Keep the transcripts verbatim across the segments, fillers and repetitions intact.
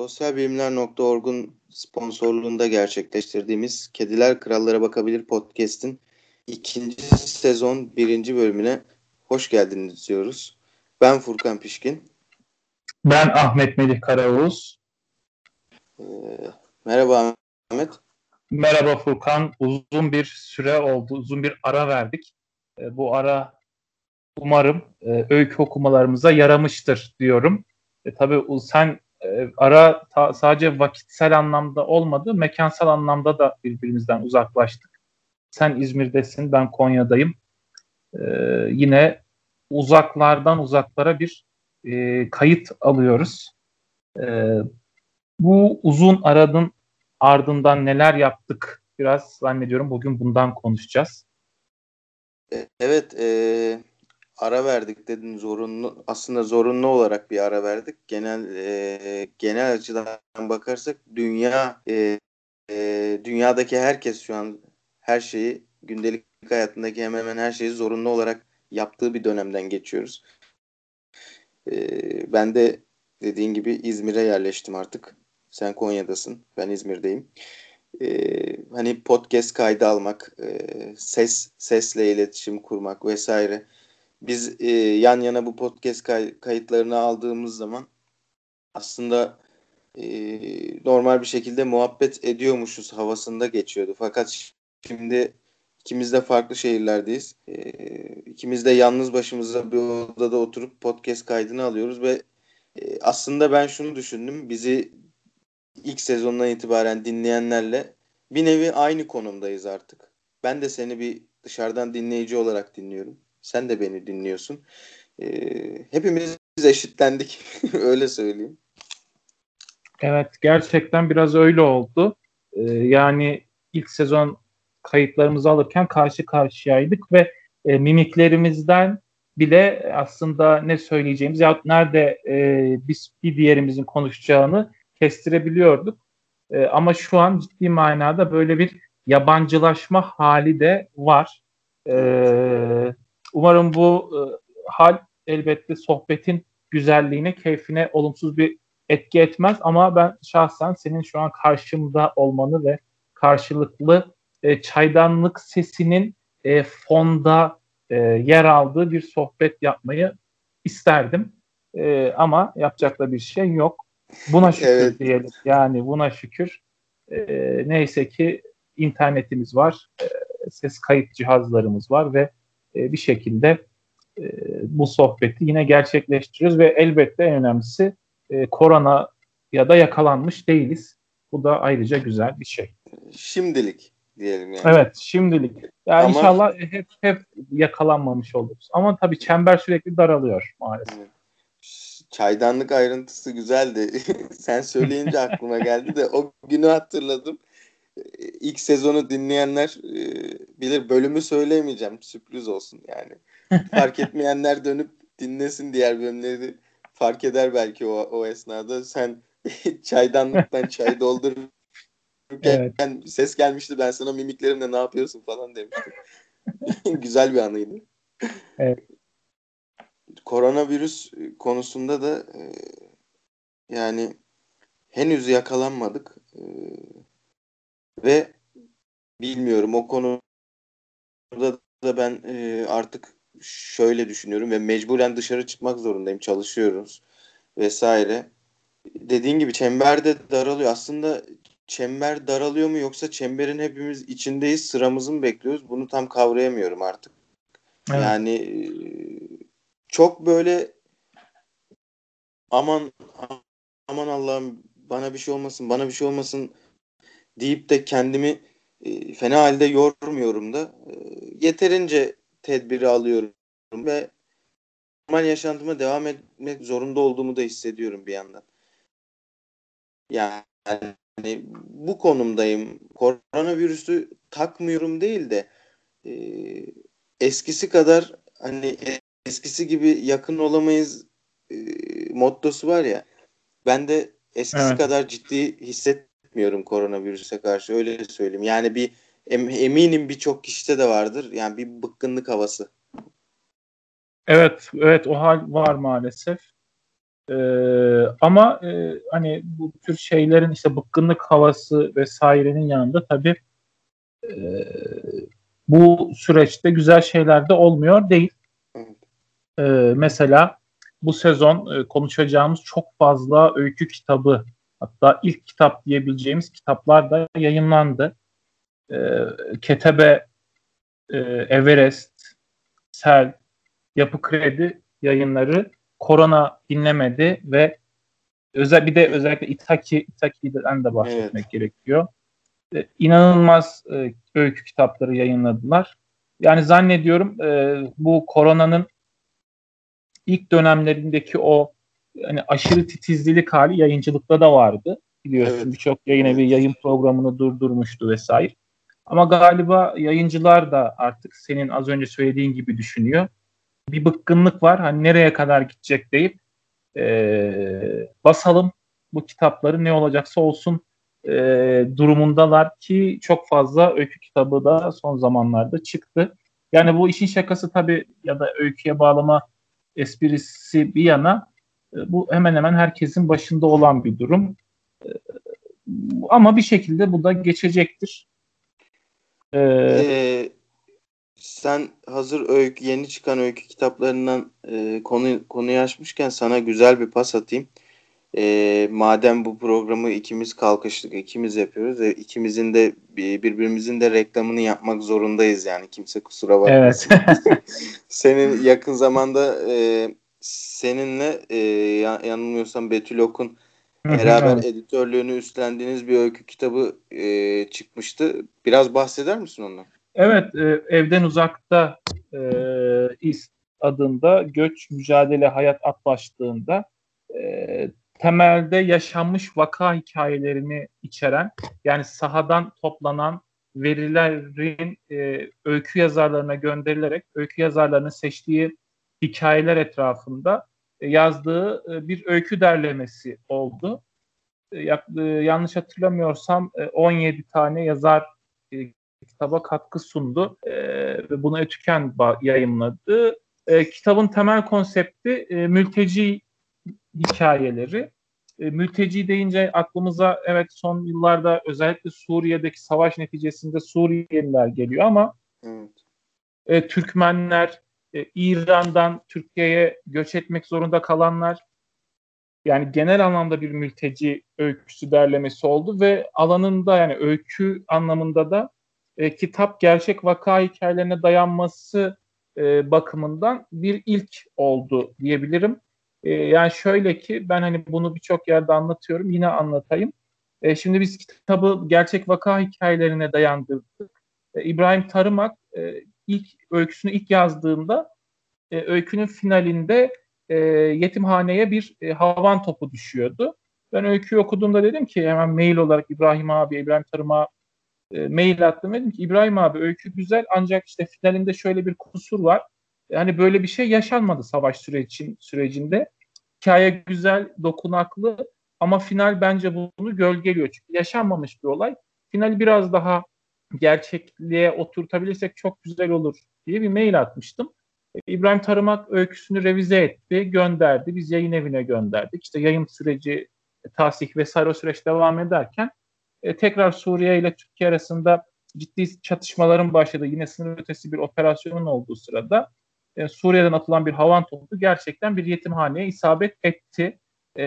sosyal bilimler nokta org'un sponsorluğunda gerçekleştirdiğimiz Kediler Krallara Bakabilir podcast'in ikinci sezon birinci bölümüne hoş geldiniz diyoruz. Ben Furkan Pişkin. Ben Ahmet Melih Karaoğuz. Ee, merhaba Ahmet. Merhaba Furkan. Uzun bir süre oldu. Uzun bir ara verdik. E, bu ara umarım e, öykü okumalarımıza yaramıştır diyorum. E, tabii sen e, ara ta, sadece vakitsel anlamda olmadı, mekansal anlamda da birbirimizden uzaklaştık. Sen İzmir'desin, ben Konya'dayım. E, yine uzaklardan uzaklara bir e, kayıt alıyoruz. E, Bu uzun aranın ardından neler yaptık? Biraz zannediyorum bugün bundan konuşacağız. Evet, e, ara verdik dedin, zorunlu, aslında zorunlu olarak bir ara verdik. Genel e, genel açıdan bakarsak dünya e, e, dünyadaki herkes şu an her şeyi, gündelik hayatındaki hemen hemen her şeyi zorunlu olarak yaptığı bir dönemden geçiyoruz. E, ben de dediğin gibi İzmir'e yerleştim artık. Sen Konya'dasın, ben İzmir'deyim. Ee, hani podcast kaydı almak, e, ses sesle iletişim kurmak vesaire. Biz e, yan yana bu podcast kay- kayıtlarını aldığımız zaman aslında e, normal bir şekilde muhabbet ediyormuşuz havasında geçiyordu. Fakat şimdi ikimiz de farklı şehirlerdeyiz. E, ikimiz de yalnız başımıza bir odada oturup podcast kaydını alıyoruz ve e, aslında ben şunu düşündüm. Bizi ilk sezondan itibaren dinleyenlerle bir nevi aynı konumdayız artık. Ben de seni bir dışarıdan dinleyici olarak dinliyorum. Sen de beni dinliyorsun. Ee, hepimiz eşitlendik. Öyle söyleyeyim. Evet, gerçekten biraz öyle oldu. Ee, yani ilk sezon kayıtlarımızı alırken karşı karşıyaydık ve e, mimiklerimizden bile aslında ne söyleyeceğimiz ya nerede e, biz bir diğerimizin konuşacağını kestirebiliyorduk. E, ama şu an ciddi manada böyle bir yabancılaşma hali de var. E, Evet. Umarım bu e, hal elbette sohbetin güzelliğine, keyfine olumsuz bir etki etmez ama ben şahsen senin şu an karşımda olmanı ve karşılıklı e, çaydanlık sesinin e, fonda e, yer aldığı bir sohbet yapmayı isterdim. E, ama yapacak da bir şey yok. Buna şükür Evet. diyelim. Yani buna şükür. E, neyse ki internetimiz var, e, ses kayıt cihazlarımız var ve e, bir şekilde e, bu sohbeti yine gerçekleştiriyoruz ve elbette en önemlisi e, korona ya da yakalanmış değiliz. Bu da ayrıca güzel bir şey. Şimdilik diyelim yani. Evet, şimdilik. Ya Ama inşallah hep hep yakalanmamış oluruz. Ama tabii çember sürekli daralıyor maalesef. çaydanlık ayrıntısı güzeldi. Sen söyleyince aklıma geldi de o günü hatırladım. İlk sezonu dinleyenler e, bilir, bölümü söyleyemeyeceğim. Sürpriz olsun yani. Fark etmeyenler dönüp dinlesin diğer bölümleri, fark eder belki o, o esnada. Sen çaydanlıktan çay doldururken Evet, ses gelmişti, ben sana mimiklerimle ne yapıyorsun falan demiştim. Güzel bir anıydı. evet, Koronavirüs konusunda da e, yani henüz yakalanmadık. E, ve bilmiyorum, o konuda da ben e, artık şöyle düşünüyorum ve mecburen dışarı çıkmak zorundayım. Çalışıyoruz vesaire. Dediğin gibi çember de daralıyor. Aslında çember daralıyor mu, yoksa çemberin hepimiz içindeyiz, sıramızı mı bekliyoruz? Bunu tam kavrayamıyorum artık. evet, Yani e, çok böyle aman aman Allah'ım, bana bir şey olmasın, bana bir şey olmasın deyip de kendimi e, fena halde yormuyorum da. E, yeterince tedbiri alıyorum ve normal yaşantıma devam etmek zorunda olduğumu da hissediyorum bir yandan. Yani bu konumdayım. Koronavirüsü takmıyorum değil de e, eskisi kadar, hani eskisi gibi yakın olamayız e, mottosu var ya. Ben de eskisi evet. kadar ciddi hissetmiyorum koronavirüse karşı, öyle söyleyeyim. Yani bir em, eminim birçok kişide de vardır. Yani bir bıkkınlık havası. Evet, evet o hal var maalesef. E, ama e, hani bu tür şeylerin işte bıkkınlık havası vesairenin yanında tabii e, bu süreçte güzel şeyler de olmuyor değil. Evet. E, mesela bu sezon e, konuşacağımız çok fazla öykü kitabı, hatta ilk kitap diyebileceğimiz kitaplar da yayınlandı. E, Ketebe, e, Everest, Sel, Yapı Kredi yayınları korona dinlemedi ve özel bir de özellikle Itaki, Itaki'den de Evet. bahsetmek gerekiyor. E, inanılmaz e, öykü kitapları yayınladılar. Yani zannediyorum e, bu koronanın ilk dönemlerindeki o yani aşırı titizlilik hali yayıncılıkta da vardı. Biliyorsun Evet. birçok yayın evi Evet. yayın programını durdurmuştu vesaire. Ama galiba yayıncılar da artık senin az önce söylediğin gibi düşünüyor. Bir bıkkınlık var. Hani nereye kadar gidecek deyip e, basalım bu kitapları ne olacaksa olsun e, durumundalar ki çok fazla öykü kitabı da son zamanlarda çıktı. Yani bu işin şakası tabii ya da öyküye bağlama esprisi bir yana e, bu hemen hemen herkesin başında olan bir durum. E, ama bir şekilde bu da geçecektir. E, Ee, Sen hazır öykü, yeni çıkan öykü kitaplarından e, konu konuyu açmışken sana güzel bir pas atayım. E, madem bu programı ikimiz kalkıştık, ikimiz yapıyoruz ve ikimizin de birbirimizin de reklamını yapmak zorundayız yani kimse kusura evet. bakmasın. Senin yakın zamanda e, seninle e, ya- yanılmıyorsam Betül Ok'un beraber Evet. editörlüğünü üstlendiğiniz bir öykü kitabı e, çıkmıştı. Biraz bahseder misin ondan? Evet, e, evden uzakta e, İS adında göç, mücadele, hayat at başlığında e, temelde yaşanmış vaka hikayelerini içeren, yani sahadan toplanan verilerin e, öykü yazarlarına gönderilerek öykü yazarlarının seçtiği hikayeler etrafında e, yazdığı e, bir öykü derlemesi oldu. E, yak- e, yanlış hatırlamıyorsam e, on yedi tane yazar e, kitaba katkı sundu e, ve bunu Etüken yayımladı. E, kitabın temel konsepti e, mülteci hikayeleri. E, mülteci deyince aklımıza evet son yıllarda özellikle Suriye'deki savaş neticesinde Suriyeliler geliyor ama Evet. e, Türkmenler, e, İran'dan Türkiye'ye göç etmek zorunda kalanlar, yani genel anlamda bir mülteci öyküsü derlemesi oldu ve alanında yani öykü anlamında da e, kitap gerçek vaka hikayelerine dayanması e, bakımından bir ilk oldu diyebilirim. E, yani şöyle ki ben hani bunu birçok yerde anlatıyorum, yine anlatayım. E, şimdi biz kitabı gerçek vaka hikayelerine dayandırdık. E, İbrahim Tarımak e, ilk öyküsünü ilk yazdığında e, öykünün finalinde e, yetimhaneye bir e, havan topu düşüyordu. Ben öyküyü okuduğumda dedim ki hemen mail olarak İbrahim abi, İbrahim Tarım'a e, mail attım. Dedim ki İbrahim abi öykü güzel ancak işte finalinde şöyle bir kusur var. Yani böyle bir şey yaşanmadı savaş sürecin, sürecinde. Hikaye güzel, dokunaklı ama final bence bunu gölgeliyor. Çünkü yaşanmamış bir olay. Finali biraz daha gerçekliğe oturtabilirsek çok güzel olur diye bir mail atmıştım. İbrahim Tarımak öyküsünü revize etti, gönderdi. Biz yayın evine gönderdik. İşte yayın süreci, tasih vesaire o süreç devam ederken e, tekrar Suriye ile Türkiye arasında ciddi çatışmaların başladığı, yine sınır ötesi bir operasyonun olduğu sırada e, Suriye'den atılan bir havan topu gerçekten bir yetimhaneye isabet etti. E,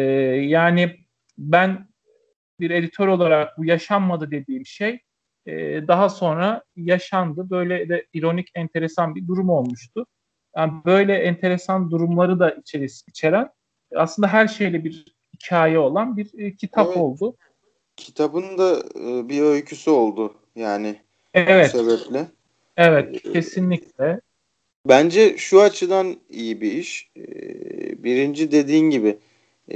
yani ben bir editör olarak bu yaşanmadı dediğim şey e, daha sonra yaşandı. Böyle de ironik, enteresan bir durum olmuştu. Yani böyle enteresan durumları da içeris içeren aslında her şeyle bir hikaye olan bir e, kitap Evet. oldu. Kitabın da e, bir öyküsü oldu yani bu Evet, sebeple. evet, E, kesinlikle. Bence şu açıdan iyi bir iş. E, birinci dediğin gibi e,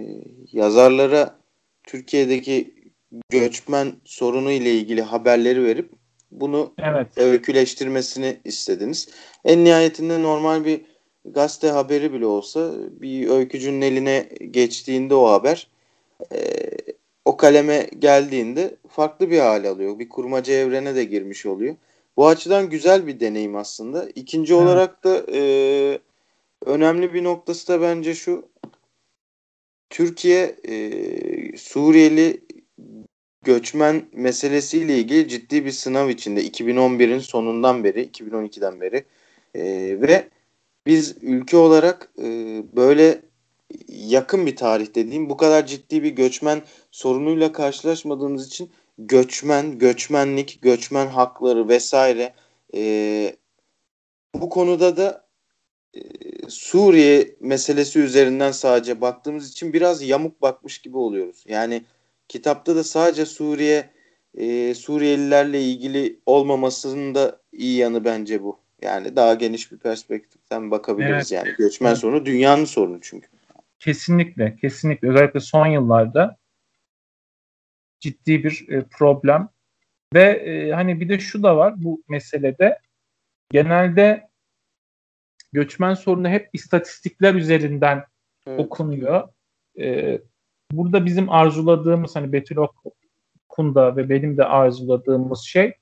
yazarlara Türkiye'deki göçmen sorunu ile ilgili haberleri verip bunu Evet, öyküleştirmesini istediniz. En nihayetinde normal bir gazete haberi bile olsa bir öykücünün eline geçtiğinde o haber e, o kaleme geldiğinde farklı bir hale alıyor. Bir kurmaca evrene de girmiş oluyor. Bu açıdan güzel bir deneyim aslında. İkinci evet, olarak da e, önemli bir noktası da bence şu. Türkiye e, Suriyeli göçmen meselesiyle ilgili ciddi bir sınav içinde iki bin on birin sonundan beri, iki bin on ikiden beri e, ve biz ülke olarak e, böyle yakın bir tarih dediğim bu kadar ciddi bir göçmen sorunuyla karşılaşmadığımız için göçmen, göçmenlik, göçmen hakları vesaire e, bu konuda da e, Suriye meselesi üzerinden sadece baktığımız için biraz yamuk bakmış gibi oluyoruz. Yani kitapta da sadece Suriye e, Suriyelilerle ilgili olmamasının da iyi yanı bence bu. Yani daha geniş bir perspektiften bakabiliriz. Evet, Yani göçmen evet. sorunu dünyanın sorunu çünkü. Kesinlikle, kesinlikle. Özellikle son yıllarda ciddi bir e, problem ve e, hani bir de şu da var bu meselede. Genelde göçmen sorunu hep istatistikler üzerinden Evet. okunuyor. E, burada bizim arzuladığımız, hani Betül Okunda ve benim de arzuladığımız şey,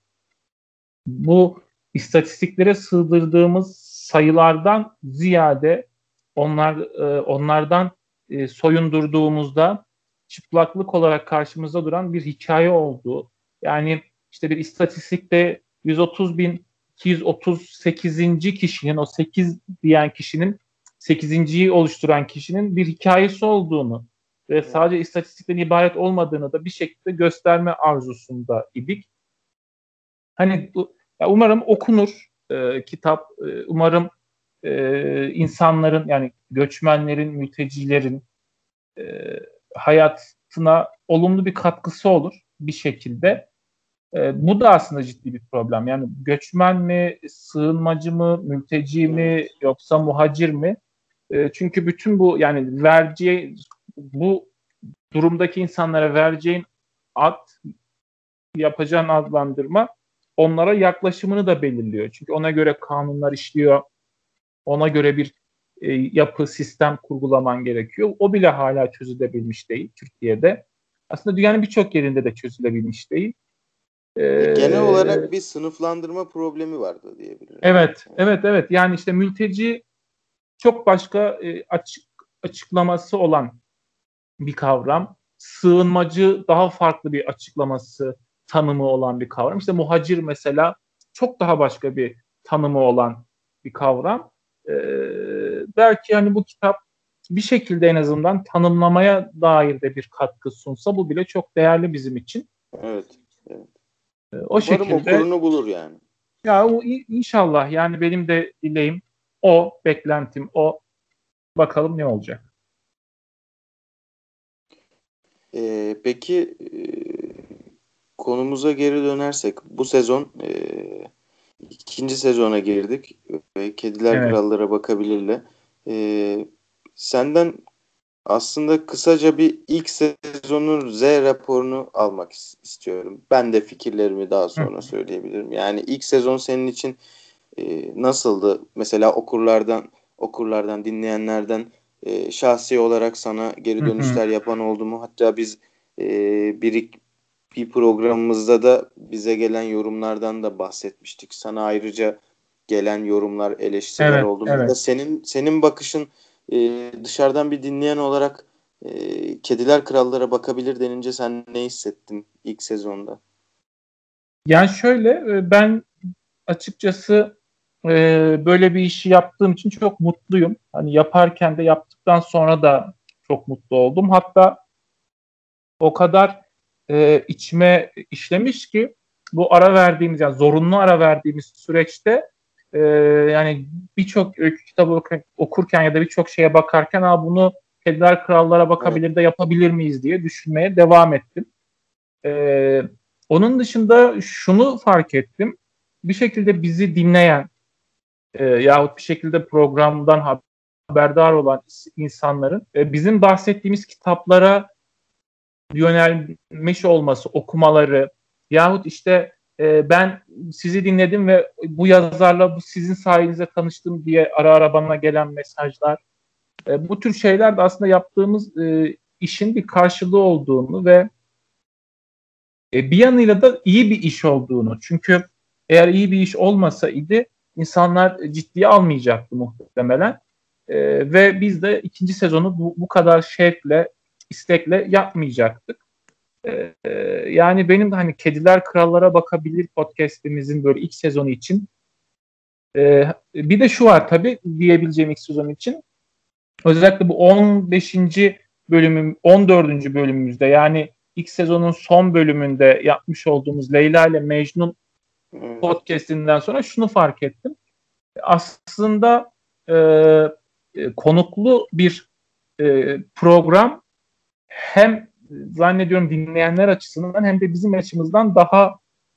bu istatistiklere sığdırdığımız sayılardan ziyade onlar e, onlardan e, soyundurduğumuzda çıplaklık olarak karşımızda duran bir hikaye olduğu. Yani işte bir istatistikte yüz otuz bin iki yüz otuz sekizinci kişinin, o sekiz diyen kişinin, sekizinciyi oluşturan kişinin bir hikayesi olduğunu ve sadece istatistikten ibaret olmadığını da bir şekilde gösterme arzusunda idik. Hani ya umarım okunur e, kitap. E, umarım e, insanların, yani göçmenlerin, mültecilerin e, hayatına olumlu bir katkısı olur bir şekilde. E, bu da aslında ciddi bir problem. Yani göçmen mi, sığınmacı mı, mülteci mi, Evet. yoksa muhacir mi? E, çünkü bütün bu, yani vereceği, bu durumdaki insanlara vereceğin ad, yapacağın adlandırma onlara yaklaşımını da belirliyor. Çünkü ona göre kanunlar işliyor. Ona göre bir e, yapı, sistem kurgulaman gerekiyor. O bile hala çözülebilmiş değil Türkiye'de. Aslında dünyanın birçok yerinde de çözülebilmiş değil. E, genel Ee, olarak bir sınıflandırma problemi vardı diyebilirim. evet, Evet. evet, evet. Yani işte mülteci çok başka e, açık açıklaması olan bir kavram. Sığınmacı daha farklı bir açıklaması, tanımı olan bir kavram. İşte muhacir mesela çok daha başka bir tanımı olan bir kavram. Ee, belki hani bu kitap bir şekilde en azından tanımlamaya dair de bir katkı sunsa, bu bile çok değerli bizim için. Evet. Evet. Ee, o Umarım şekilde, okurunu bulur yani. ya o inşallah, yani benim de dileğim o, beklentim o. Bakalım ne olacak. E, peki e, konumuza geri dönersek bu sezon e, ikinci sezona girdik ve Kediler Evet. Krallara bakabilirle. E, senden aslında kısaca bir ilk sezonun Z raporunu almak is- istiyorum. Ben de fikirlerimi daha Hı. sonra söyleyebilirim. Yani ilk sezon senin için e, nasıldı? Mesela okurlardan, okurlardan, dinleyenlerden e, şahsi olarak sana geri Hı hı. dönüşler yapan oldu mu? Hatta biz e, bir, bir programımızda da bize gelen yorumlardan da bahsetmiştik. Sana ayrıca gelen yorumlar, eleştiriler Evet, oldu mu? Ya da evet. senin senin bakışın e, dışarıdan bir dinleyen olarak e, Kediler Krallara bakabilir denince sen ne hissettin ilk sezonda? Yani şöyle, e, ben açıkçası e, böyle bir işi yaptığım için çok mutluyum. Hani yaparken de, yaptıktan sonra da çok mutlu oldum. Hatta o kadar e, içime işlemiş ki, bu ara verdiğimiz, yani zorunlu ara verdiğimiz süreçte e, yani birçok öykü kitabı oku- okurken ya da birçok şeye bakarken, ha bunu Kediler Krallara Evet. bakabilir de yapabilir miyiz diye düşünmeye devam ettim. E, onun dışında şunu fark ettim. Bir şekilde bizi dinleyen e, yahut bir şekilde programdan haberdar olan insanların e, bizim bahsettiğimiz kitaplara yönelmiş olması, okumaları, yahut işte e, ben sizi dinledim ve bu yazarla bu sizin sayenizde tanıştım diye ara ara bana gelen mesajlar. E, bu tür şeyler de aslında yaptığımız e, işin bir karşılığı olduğunu ve e, bir yanıyla da iyi bir iş olduğunu. Çünkü eğer iyi bir iş olmasaydı insanlar ciddiye almayacaktı muhtemelen. E, ve biz de ikinci sezonu bu, bu kadar şevkle istekle yapmayacaktık. Ee, yani benim hani Kediler Krallara Bakabilir podcast'imizin böyle ilk sezonu için e, bir de şu var tabii diyebileceğim ilk sezon için. Özellikle bu on beşinci bölümüm, on dördüncü bölümümüzde yani ilk sezonun son bölümünde yapmış olduğumuz Leyla ile Mecnun Evet. podcast'inden sonra şunu fark ettim. Aslında e, e, konuklu bir e, program hem zannediyorum dinleyenler açısından hem de bizim açımızdan daha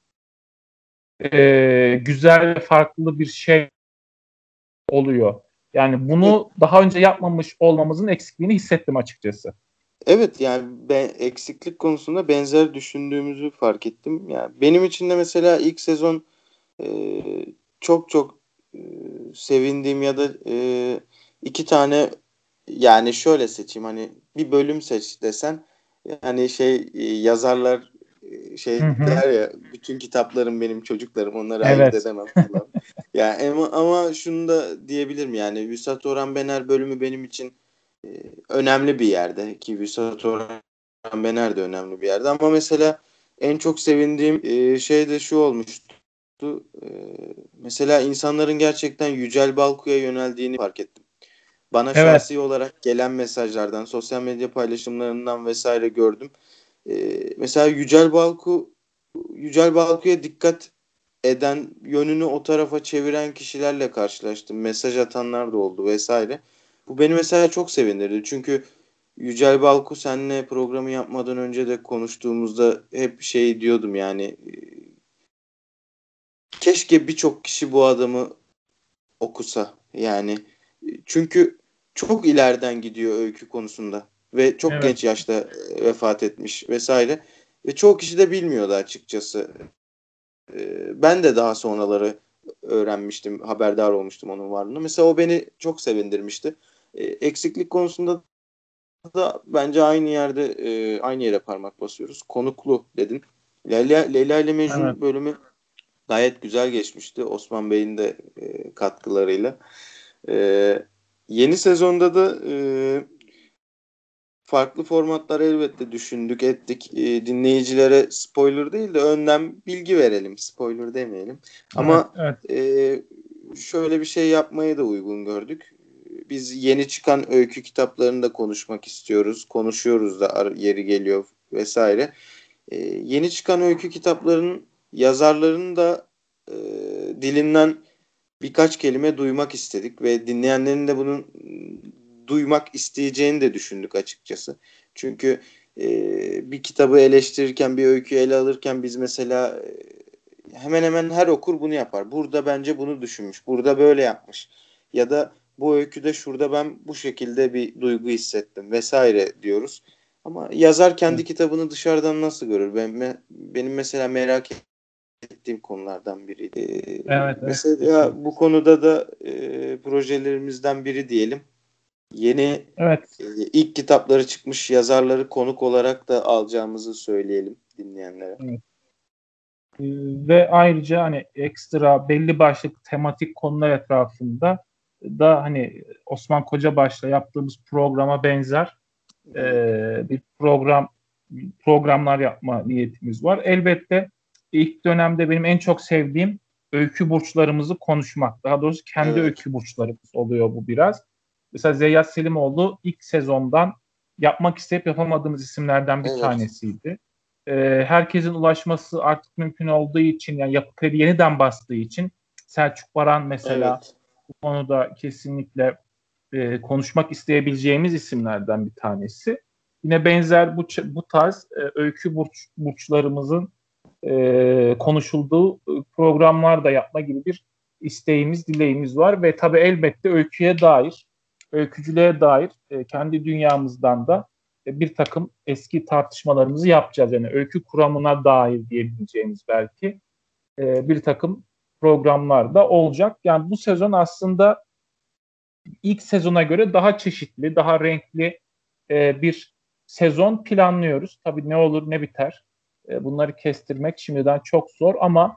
e, güzel, farklı bir şey oluyor. Yani bunu daha önce yapmamış olmamızın eksikliğini hissettim açıkçası. Evet, yani ben eksiklik konusunda benzer düşündüğümüzü fark ettim. Yani benim için de mesela ilk sezon e, çok çok e, sevindiğim ya da e, iki tane, yani şöyle seçeyim, hani bir bölüm seç desen, yani şey, e, yazarlar e, Hı şey hı. der ya, bütün kitaplarım benim çocuklarım, onları ayırt Evet. edemem falan. Yani ama, ama şunu da diyebilirim, yani Vüsat Orhan Bener bölümü benim için e, önemli bir yerde, ki Vüsat Orhan Bener de önemli bir yerde, ama mesela en çok sevindiğim e, şey de şu olmuştu. E, Mesela insanların gerçekten Yücel Balku'ya yöneldiğini fark ettim. Bana Evet. şahsi olarak gelen mesajlardan, sosyal medya paylaşımlarından vesaire gördüm. Ee, mesela Yücel Balku, Yücel Balku'ya dikkat eden, yönünü o tarafa çeviren kişilerle karşılaştım. Mesaj atanlar da oldu vesaire. Bu beni mesela çok sevindirdi. Çünkü Yücel Balku seninle programı yapmadan önce de konuştuğumuzda hep şey diyordum, yani e, keşke birçok kişi bu adamı okusa. Yani e, çünkü çok ileriden gidiyor öykü konusunda ve çok Evet. genç yaşta e, vefat etmiş vesaire, ve çoğu kişi de bilmiyordu açıkçası. E, Ben de daha sonraları öğrenmiştim, haberdar olmuştum onun varlığını. Mesela o beni çok sevindirmişti. E, Eksiklik konusunda da bence aynı yerde, e, aynı yere parmak basıyoruz. Konuklu dedin. Leyla, Leyla ile Evet. Mecnun bölümü gayet güzel geçmişti, Osman Bey'in de e, katkılarıyla. Ee, Yeni sezonda da e, farklı formatlar elbette düşündük, ettik. E, dinleyicilere spoiler değil de önden bilgi verelim, spoiler demeyelim. Evet. Ama Evet. e, şöyle bir şey yapmayı da uygun gördük. Biz yeni çıkan öykü kitaplarını da konuşmak istiyoruz. Konuşuyoruz da ar- yeri geliyor vesaire. E, yeni çıkan öykü kitaplarının yazarlarının da e, dilinden birkaç kelime duymak istedik ve dinleyenlerin de bunun duymak isteyeceğini de düşündük açıkçası. Çünkü e, bir kitabı eleştirirken, bir öyküyü ele alırken biz mesela e, hemen hemen her okur bunu yapar. Burada bence bunu düşünmüş, burada böyle yapmış ya da bu öyküde şurada ben bu şekilde bir duygu hissettim vesaire diyoruz. Ama yazar kendi Evet. kitabını dışarıdan nasıl görür? Ben, benim mesela merak ettiğim konulardan biriydi. Ee, Evet. Evet. mesela Kesinlikle. bu konuda da e, projelerimizden biri diyelim. Yeni Evet. e, ilk kitapları çıkmış yazarları konuk olarak da alacağımızı söyleyelim dinleyenlere. Evet. Ee, ve ayrıca hani ekstra belli başlı tematik konular etrafında da hani Osman Kocabaş'la yaptığımız programa benzer e, Evet, bir program programlar yapma niyetimiz var. Elbette ilk dönemde benim en çok sevdiğim öykü burçlarımızı konuşmak. Daha doğrusu kendi evet, öykü burçlarımız oluyor bu biraz. Mesela Zeyyat Selimoğlu ilk sezondan yapmak isteyip yapamadığımız isimlerden bir evet, tanesiydi. Ee, herkesin ulaşması artık mümkün olduğu için yani Yapı Kredi yeniden bastığı için Selçuk Baran mesela evet, bu konuda kesinlikle e, konuşmak isteyebileceğimiz isimlerden bir tanesi. Yine benzer bu bu tarz e, öykü burç, burçlarımızın e, konuşulduğu e, programlar da yapma gibi bir isteğimiz, dileğimiz var ve tabii elbette öyküye dair, öykücülüğe dair e, kendi dünyamızdan da e, bir takım eski tartışmalarımızı yapacağız. Yani öykü kuramına dair diyebileceğimiz belki e, bir takım programlar da olacak. Yani bu sezon aslında ilk sezona göre daha çeşitli, daha renkli e, bir sezon planlıyoruz. Tabii ne olur ne biter. E, bunları kestirmek şimdiden çok zor ama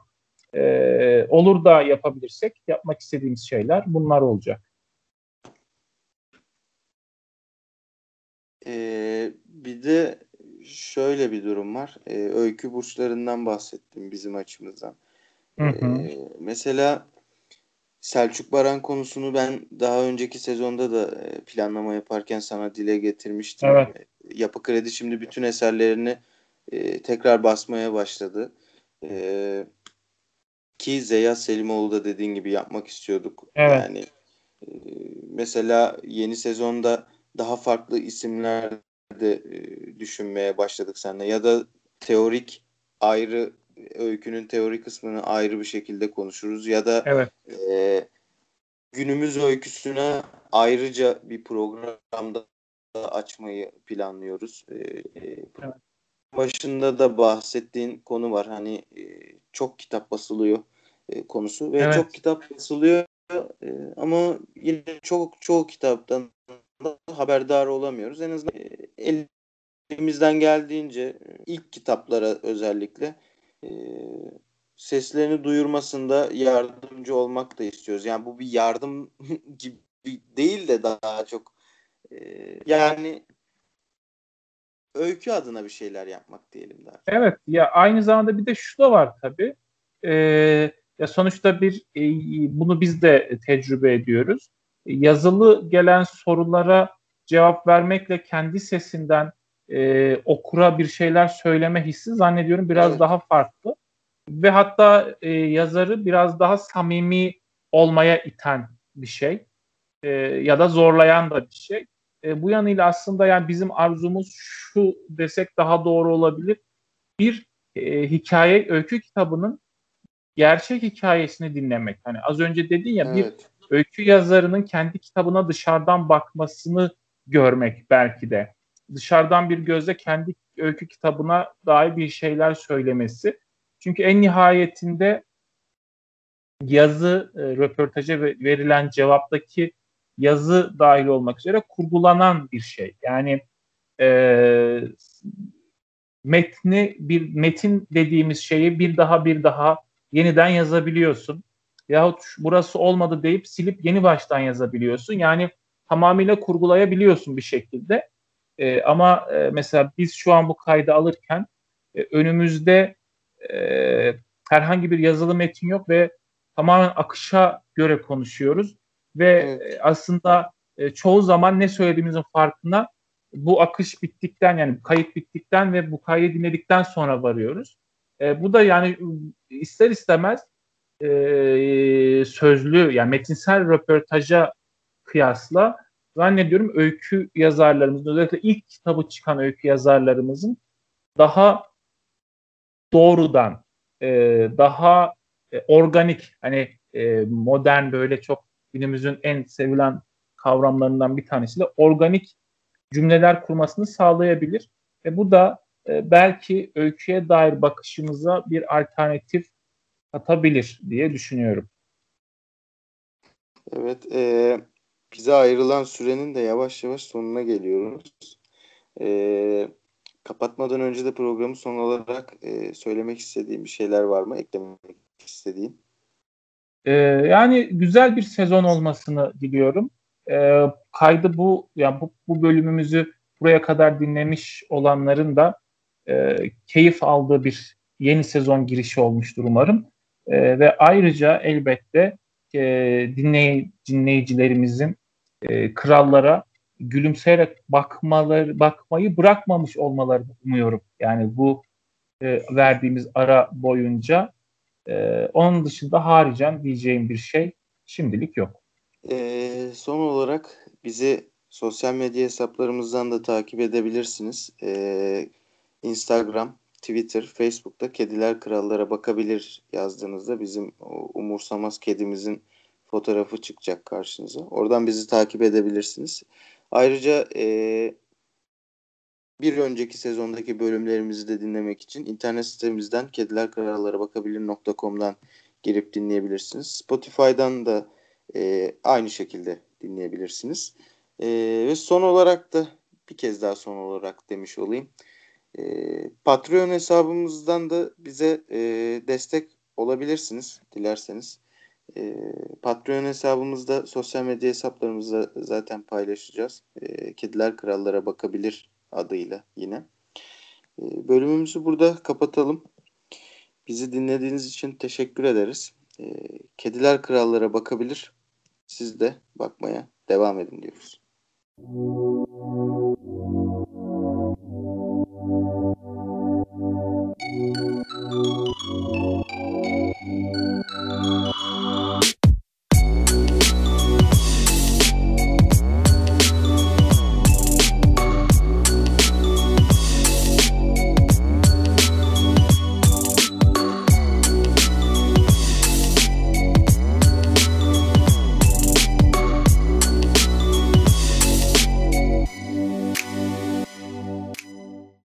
e, olur da yapabilirsek yapmak istediğimiz şeyler bunlar olacak. Ee, bir de şöyle bir durum var. Ee, öykü burçlarından bahsettim bizim açımızdan. Hı hı. Ee, mesela Selçuk Baran konusunu ben daha önceki sezonda da e, planlama yaparken sana dile getirmiştim. Evet, E, Yapı Kredi şimdi bütün eserlerini e, tekrar basmaya başladı. E, Ki Zeyyat Selimoğlu da dediğin gibi yapmak istiyorduk. evet, Yani e, mesela yeni sezonda daha farklı isimler de e, düşünmeye başladık seninle. Ya da teorik ayrı öykünün teorik kısmını ayrı bir şekilde konuşuruz. Ya da evet, e, günümüz öyküsüne ayrıca bir programda açmayı planlıyoruz. E, e, evet, Başında da bahsettiğin konu var. Hani e, çok kitap basılıyor e, konusu ve çok evet, kitap basılıyor e, ama yine çok çoğu kitaptan da haberdar olamıyoruz. En azından e, elimizden geldiğince e, ilk kitaplara özellikle e, seslerini duyurmasında yardımcı olmak da istiyoruz. Yani bu bir yardım gibi değil de daha çok e, yani öykü adına bir şeyler yapmak diyelim daha çok. evet. Ya aynı zamanda bir de şu da var tabii. Ee, Ya sonuçta bir e, bunu biz de tecrübe ediyoruz. Yazılı gelen sorulara cevap vermekle kendi sesinden e, okura bir şeyler söyleme hissi zannediyorum biraz Evet. daha farklı. Ve hatta e, yazarı biraz daha samimi olmaya iten bir şey e, ya da zorlayan da bir şey. E, bu yanıyla aslında yani bizim arzumuz şu desek daha doğru olabilir. Bir e, hikaye öykü kitabının gerçek hikayesini dinlemek. Hani az önce dedin ya bir Evet. öykü yazarının kendi kitabına dışarıdan bakmasını görmek belki de. Dışarıdan bir gözle kendi öykü kitabına dair bir şeyler söylemesi. Çünkü en nihayetinde yazı, e, röportaja verilen cevaptaki yazı dahil olmak üzere kurgulanan bir şey. Yani e, metni bir metin dediğimiz şeyi bir daha bir daha yeniden yazabiliyorsun. Yahut burası olmadı deyip silip yeni baştan yazabiliyorsun. Yani tamamıyla kurgulayabiliyorsun bir şekilde. E, ama e, mesela biz şu an bu kaydı alırken e, önümüzde e, herhangi bir yazılı metin yok ve tamamen akışa göre konuşuyoruz. Ve e, Evet. aslında e, çoğu zaman ne söylediğimizin farkına bu akış bittikten yani kayıt bittikten ve bu kaydı dinledikten sonra varıyoruz. E, bu da yani ister istemez e, sözlü yani metinsel röportaja kıyasla zannediyorum öykü yazarlarımızın özellikle ilk kitabı çıkan öykü yazarlarımızın daha doğrudan e, daha e, organik hani e, modern böyle çok günümüzün en sevilen kavramlarından bir tanesi de organik cümleler kurmasını sağlayabilir. Ve bu da e, belki öyküye dair bakışımıza bir alternatif katabilir diye düşünüyorum. Evet. E, bize ayrılan sürenin de yavaş yavaş sonuna geliyoruz. E, Kapatmadan önce de programı son olarak e, söylemek istediğim bir şeyler var mı? Eklemek istediğin? Ee, Yani güzel bir sezon olmasını diliyorum. Ee, kaydı bu yani bu, bu bölümümüzü buraya kadar dinlemiş olanların da e, keyif aldığı bir yeni sezon girişi olmuştur umarım. Ee, ve ayrıca elbette e, dinley, dinleyicilerimizin e, krallara gülümseyerek bakmaları bakmayı bırakmamış olmalarını umuyorum. Yani bu e, verdiğimiz ara boyunca. Ee, onun dışında haricen diyeceğim bir şey şimdilik yok. E, son olarak bizi sosyal medya hesaplarımızdan da takip edebilirsiniz. E, Instagram, Twitter, Facebook'ta Kediler Krallara bakabilir yazdığınızda bizim o umursamaz kedimizin fotoğrafı çıkacak karşınıza. Oradan bizi takip edebilirsiniz. Ayrıca e, bir önceki sezondaki bölümlerimizi de dinlemek için internet sitemizden kediler krallara bakabilir nokta com'dan girip dinleyebilirsiniz. Spotify'dan da e, aynı şekilde dinleyebilirsiniz. E, ve son olarak da bir kez daha son olarak demiş olayım. E, Patreon hesabımızdan da bize e, destek olabilirsiniz dilerseniz. E, Patreon hesabımızda sosyal medya hesaplarımızda zaten paylaşacağız. E, Kediler Krallara bakabilir adıyla yine. E, bölümümüzü burada kapatalım. Bizi dinlediğiniz için teşekkür ederiz. E, Kediler Krallara bakabilir. Siz de bakmaya devam edin diyoruz.